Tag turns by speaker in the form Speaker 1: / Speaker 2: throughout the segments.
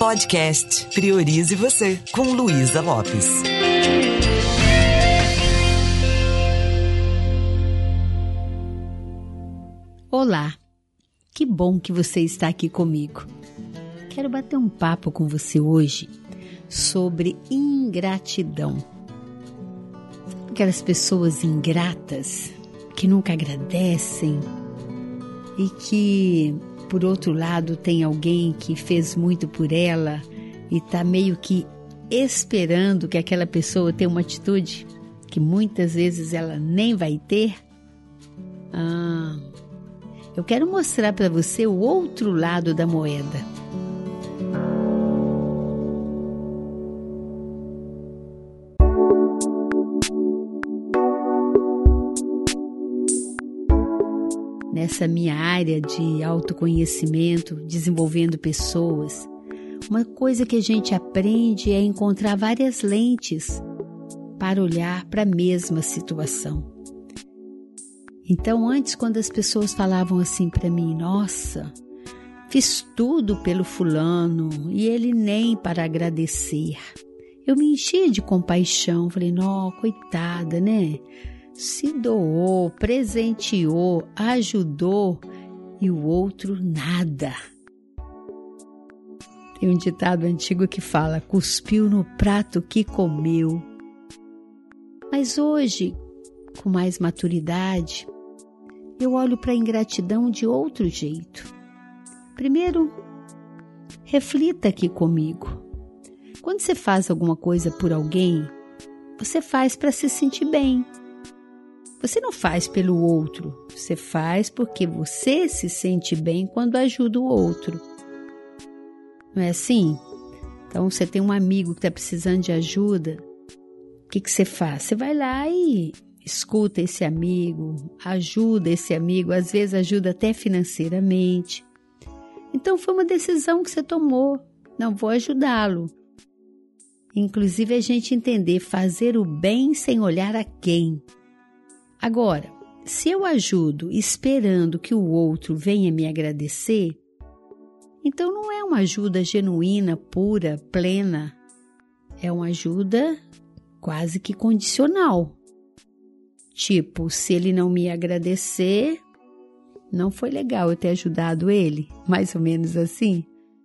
Speaker 1: Podcast Priorize Você, com Luísa Lopes.
Speaker 2: Olá, que bom que você está aqui comigo. Quero bater um papo com você hoje sobre ingratidão. Aquelas pessoas ingratas que nunca agradecem e que, por outro lado, tem alguém que fez muito por ela e está meio que esperando que aquela pessoa tenha uma atitude que muitas vezes ela nem vai ter. Eu quero mostrar para você o outro lado da moeda. Nessa minha área de autoconhecimento, desenvolvendo pessoas, uma coisa que a gente aprende é encontrar várias lentes para olhar para a mesma situação. Então, antes, quando as pessoas falavam assim para mim, nossa, fiz tudo pelo fulano e ele nem para agradecer. Eu me enchia de compaixão, falei, não, coitada, né? Se doou, presenteou, ajudou e o outro nada. Tem um ditado antigo que fala, cuspiu no prato que comeu. Mas hoje, com mais maturidade, eu olho para a ingratidão de outro jeito. Primeiro, reflita aqui comigo. Quando você faz alguma coisa por alguém, você faz para se sentir bem. Você não faz pelo outro, você faz porque você se sente bem quando ajuda o outro. Não é assim? Então, você tem um amigo que está precisando de ajuda, o que você faz? Você vai lá e escuta esse amigo, ajuda esse amigo, às vezes ajuda até financeiramente. Então foi uma decisão que você tomou, não vou ajudá-lo. Inclusive a gente entender fazer o bem sem olhar a quem. Agora, se eu ajudo esperando que o outro venha me agradecer, então não é uma ajuda genuína, pura, plena, é uma ajuda quase que condicional. Tipo, se ele não me agradecer, não foi legal eu ter ajudado ele, mais ou menos assim.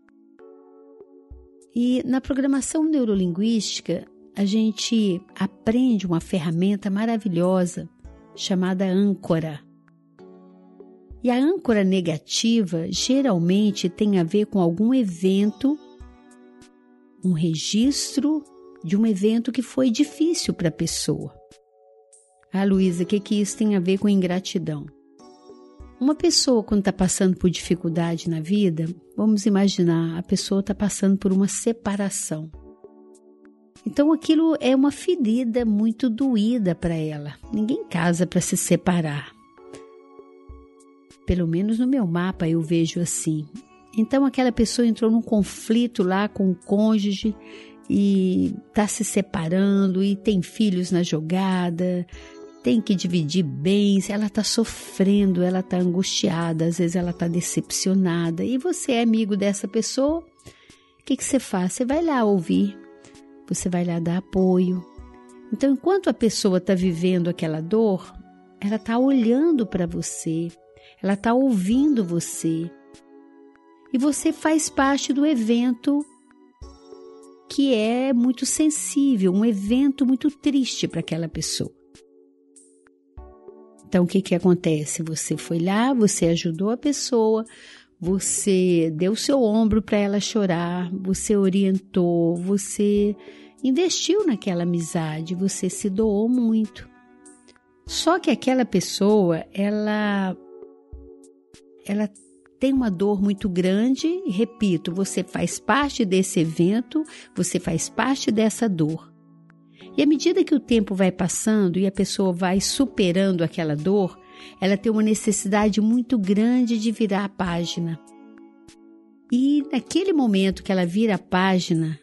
Speaker 2: E na programação neurolinguística, a gente aprende uma ferramenta maravilhosa chamada âncora. E a âncora negativa geralmente tem a ver com algum evento, um registro de um evento que foi difícil para a pessoa. Luísa, o que isso tem a ver com ingratidão? Uma pessoa, quando está passando por dificuldade na vida, vamos imaginar, a pessoa está passando por uma separação. Então, aquilo é uma ferida muito doída para ela. Ninguém casa para se separar. Pelo menos no meu mapa eu vejo assim. Então, aquela pessoa entrou num conflito lá com o cônjuge e está se separando e tem filhos na jogada, tem que dividir bens, ela está sofrendo, ela está angustiada, às vezes ela está decepcionada. E você é amigo dessa pessoa, o que você faz? Você vai lá ouvir, você vai lá dar apoio. Então, enquanto a pessoa está vivendo aquela dor, ela está olhando para você, ela está ouvindo você. E você faz parte do evento que é muito sensível, um evento muito triste para aquela pessoa. Então, o que acontece? Você foi lá, você ajudou a pessoa, você deu seu ombro para ela chorar, você orientou, você investiu naquela amizade, você se doou muito. Só que aquela pessoa, ela tem uma dor muito grande e, repito, você faz parte desse evento, você faz parte dessa dor. E à medida que o tempo vai passando e a pessoa vai superando aquela dor, ela tem uma necessidade muito grande de virar a página. E naquele momento que ela vira a página,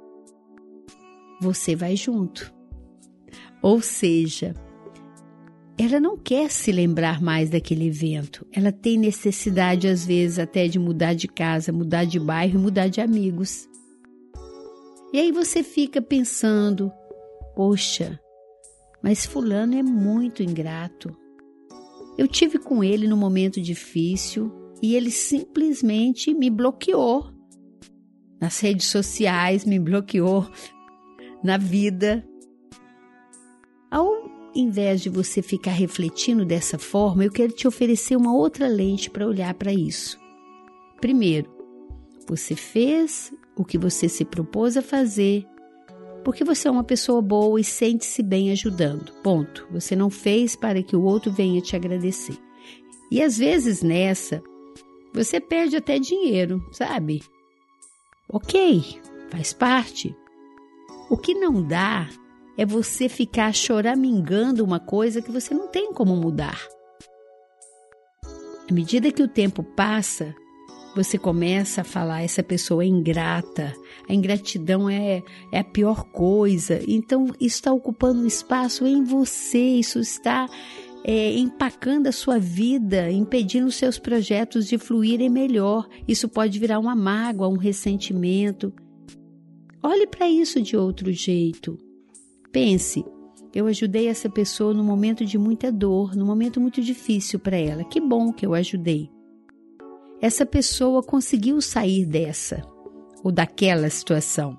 Speaker 2: você vai junto. Ou seja, ela não quer se lembrar mais daquele evento. Ela tem necessidade, às vezes, até de mudar de casa, mudar de bairro e mudar de amigos. E aí você fica pensando, poxa, mas fulano é muito ingrato. Eu tive com ele num momento difícil e ele simplesmente me bloqueou. Nas redes sociais, me bloqueou na vida. Ao invés de você ficar refletindo dessa forma, eu quero te oferecer uma outra lente para olhar para isso. Primeiro, você fez o que você se propôs a fazer, porque você é uma pessoa boa e sente-se bem ajudando. Ponto. Você não fez para que o outro venha te agradecer. E às vezes nessa, você perde até dinheiro, sabe? Ok, faz parte. O que não dá é você ficar choramingando uma coisa que você não tem como mudar. À medida que o tempo passa, você começa a falar, essa pessoa é ingrata, a ingratidão é a pior coisa. Então, isso está ocupando um espaço em você, isso está empacando a sua vida, impedindo os seus projetos de fluírem melhor. Isso pode virar uma mágoa, um ressentimento. Olhe para isso de outro jeito. Pense, eu ajudei essa pessoa num momento de muita dor, num momento muito difícil para ela. Que bom que eu ajudei. Essa pessoa conseguiu sair dessa ou daquela situação.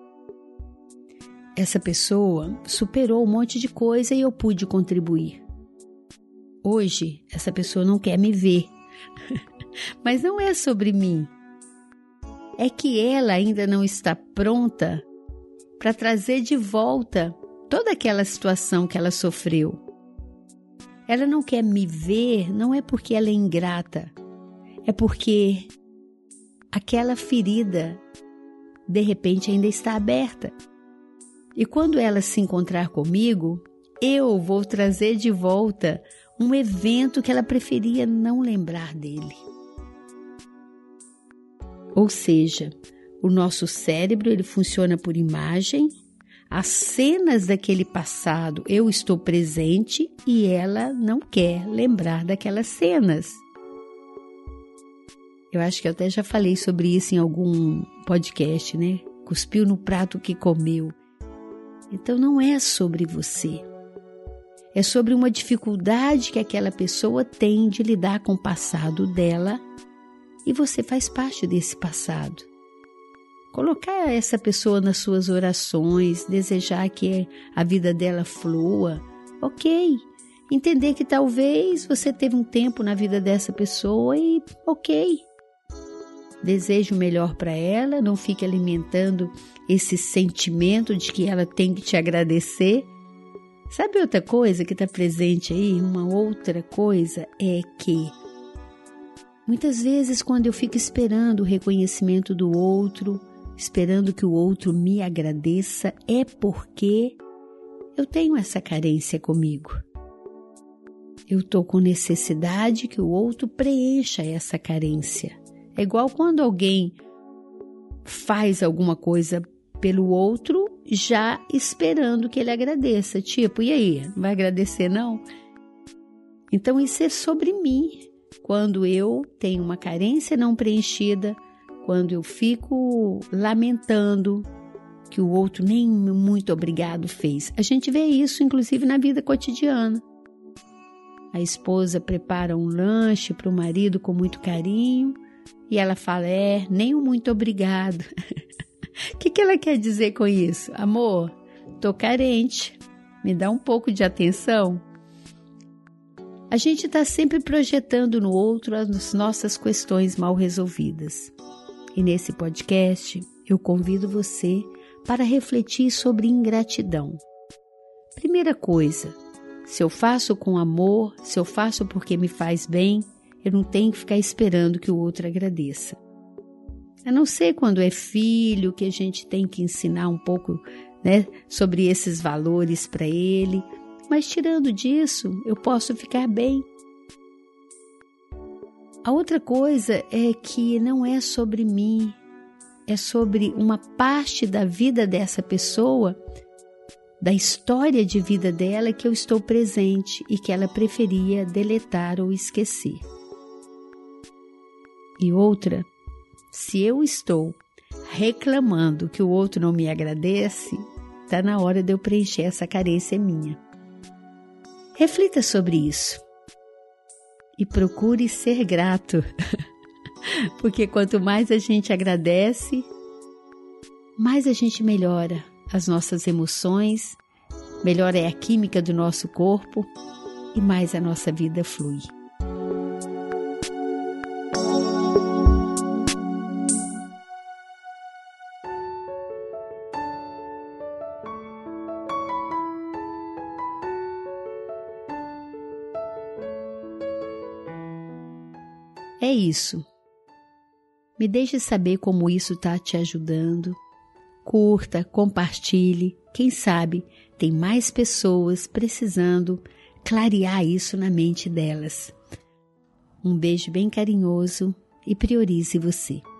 Speaker 2: Essa pessoa superou um monte de coisa e eu pude contribuir. Hoje, essa pessoa não quer me ver. Mas não é sobre mim. É que ela ainda não está pronta para trazer de volta toda aquela situação que ela sofreu. Ela não quer me ver, não é porque ela é ingrata. É porque aquela ferida, de repente, ainda está aberta. E quando ela se encontrar comigo, eu vou trazer de volta um evento que ela preferia não lembrar dele. Ou seja, o nosso cérebro ele funciona por imagem, as cenas daquele passado eu estou presente e ela não quer lembrar daquelas cenas. Eu acho que eu até já falei sobre isso em algum podcast, né? Cuspiu no prato que comeu. Então não é sobre você. É sobre uma dificuldade que aquela pessoa tem de lidar com o passado dela e você faz parte desse passado. Colocar essa pessoa nas suas orações, desejar que a vida dela flua, ok. Entender que talvez você teve um tempo na vida dessa pessoa e ok. Deseje o melhor para ela, não fique alimentando esse sentimento de que ela tem que te agradecer. Sabe outra coisa que está presente aí? Uma outra coisa é que muitas vezes quando eu fico esperando o reconhecimento do outro, esperando que o outro me agradeça, é porque eu tenho essa carência comigo. Eu estou com necessidade que o outro preencha essa carência. É igual quando alguém faz alguma coisa pelo outro, já esperando que ele agradeça. Tipo, e aí? Não vai agradecer, não? Então, isso é sobre mim. Quando eu tenho uma carência não preenchida, quando eu fico lamentando que o outro nem muito obrigado fez. A gente vê isso, inclusive, na vida cotidiana. A esposa prepara um lanche para o marido com muito carinho e ela fala, nem um muito obrigado. O que ela quer dizer com isso? Amor, tô carente, me dá um pouco de atenção. A gente está sempre projetando no outro as nossas questões mal resolvidas. E nesse podcast, eu convido você para refletir sobre ingratidão. Primeira coisa, se eu faço com amor, se eu faço porque me faz bem, eu não tenho que ficar esperando que o outro agradeça. A não ser quando é filho, que a gente tem que ensinar um pouco, né, sobre esses valores para ele. Mas tirando disso, eu posso ficar bem. A outra coisa é que não é sobre mim, é sobre uma parte da vida dessa pessoa, da história de vida dela que eu estou presente e que ela preferia deletar ou esquecer. E outra, se eu estou reclamando que o outro não me agradece, está na hora de eu preencher essa carência minha. Reflita sobre isso e procure ser grato, porque quanto mais a gente agradece, mais a gente melhora as nossas emoções, melhora a química do nosso corpo e mais a nossa vida flui. É isso. Me deixe saber como isso está te ajudando. Curta, compartilhe. Quem sabe tem mais pessoas precisando clarear isso na mente delas. Um beijo bem carinhoso e priorize você.